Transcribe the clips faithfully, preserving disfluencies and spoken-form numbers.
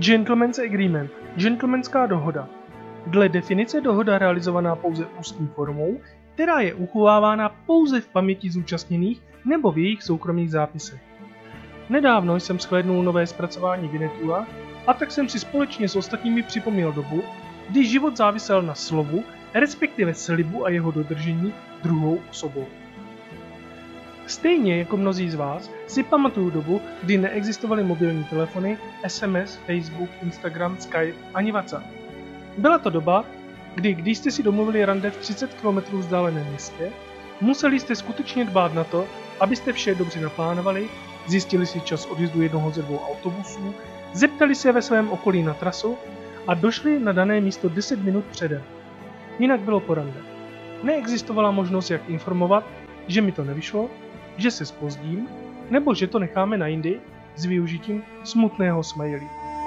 Gentleman's Agreement, gentlemanská dohoda. Dle definice dohoda realizovaná pouze ústní formou, která je uchovávána pouze v paměti zúčastněných nebo v jejich soukromých zápisech. Nedávno jsem shlédnul nové zpracování Winnetua a tak jsem si společně s ostatními připomněl dobu, kdy život závisel na slovu, respektive slibu a jeho dodržení druhou osobou. Stejně jako mnozí z vás si pamatuju dobu, kdy neexistovaly mobilní telefony, es em es, Facebook, Instagram, Skype ani WhatsApp. Byla to doba, kdy když jste si domluvili rande v třicet kilometrů vzdáleném městě, museli jste skutečně dbát na to, abyste vše dobře naplánovali, zjistili si čas odjezdu jednoho ze dvou autobusů, zeptali se ve svém okolí na trasu a došli na dané místo deset minut předem. Jinak bylo po rande. Neexistovala možnost, jak informovat, že mi to nevyšlo, že se zpozdím, nebo že to necháme na jindy s využitím smutného smajlí.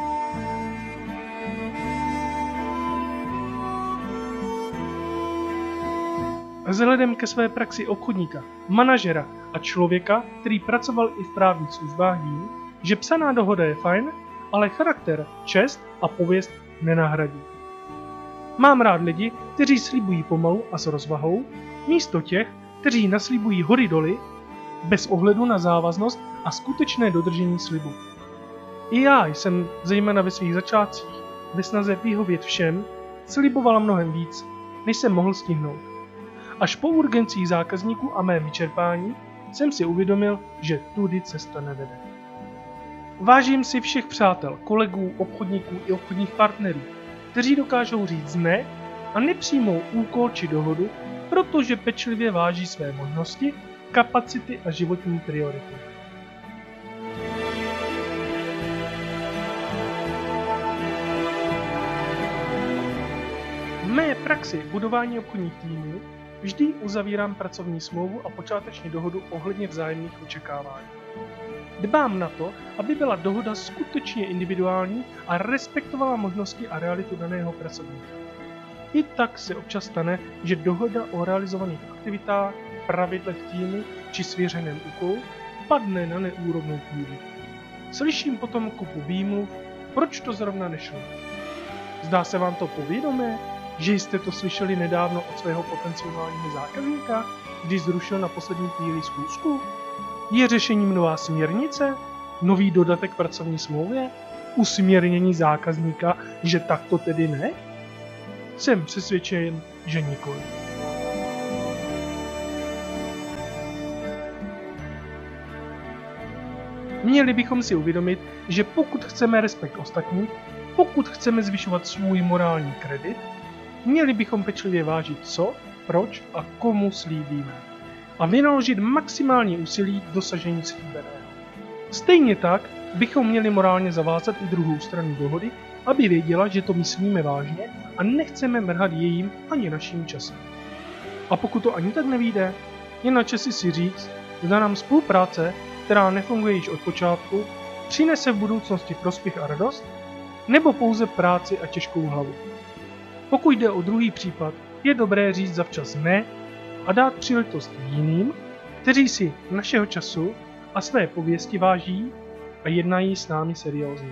Vzhledem ke své praxi obchodníka, manažera a člověka, který pracoval i v právních službách, vím, že psaná dohoda je fajn, ale charakter, čest a pověst nenahradí. Mám rád lidi, kteří slibují pomalu a s rozvahou, místo těch, kteří naslibují hory doly, bez ohledu na závaznost a skutečné dodržení slibu. I já jsem, zejména ve svých začátcích, ve snaze vyhovět všem, slibovala mnohem víc, než jsem mohl stihnout. Až po urgencích zákazníků a mém vyčerpání jsem si uvědomil, že tudy cesta nevede. Vážím si všech přátel, kolegů, obchodníků i obchodních partnerů, kteří dokážou říct ne a nepřijmou úkol či dohodu, protože pečlivě váží své možnosti, kapacity a životní priority. V mé praxi budování obchodních týmů vždy uzavírám pracovní smlouvu a počáteční dohodu ohledně vzájemných očekávání. Dbám na to, aby byla dohoda skutečně individuální a respektovala možnosti a realitu daného pracovníka. I tak se občas stane, že dohoda o realizovaných aktivitách, pravidlech týmu či svěřeném úkolu padne na neúrodnou půdu. Slyším potom kupu výmluv, proč to zrovna nešlo. Zdá se vám to povědomé, že jste to slyšeli nedávno od svého potenciálního zákazníka, když zrušil na poslední chvíli schůzku? Je řešením nová směrnice? Nový dodatek pracovní smlouvě? Usměrnění zákazníka, že takto tedy ne? Jsem přesvědčen, že nikoli. Měli bychom si uvědomit, že pokud chceme respekt ostatních, pokud chceme zvyšovat svůj morální kredit, měli bychom pečlivě vážit co, proč a komu slíbíme a vynaložit maximální úsilí k dosažení slíbeného. Stejně tak bychom měli morálně zavázat i druhou stranu dohody, aby věděla, že to myslíme vážně a nechceme mrhat jejím ani naším časem. A pokud to ani tak nevyjde, je na čase si říct, zda nám spolupráce, která nefunguje již od počátku, přinese v budoucnosti prospěch a radost, nebo pouze práci a těžkou hlavu. Pokud jde o druhý případ, je dobré říct zavčas ne a dát příležitost jiným, kteří si našeho času a své pověsti váží a jednají s námi seriózně.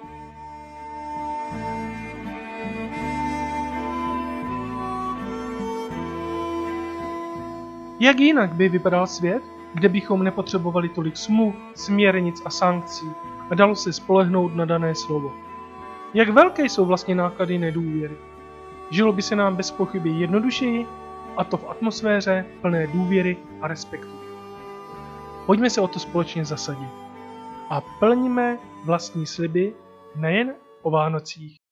Jak jinak by vypadal svět, kde bychom nepotřebovali tolik smluv, směrnic a sankcí a dalo se spolehnout na dané slovo? Jak velké jsou vlastně náklady nedůvěry? Žilo by se nám bez pochyby jednodušeji, a to v atmosféře plné důvěry a respektu. Pojďme se o to společně zasadit a plníme vlastní sliby nejen o Vánocích.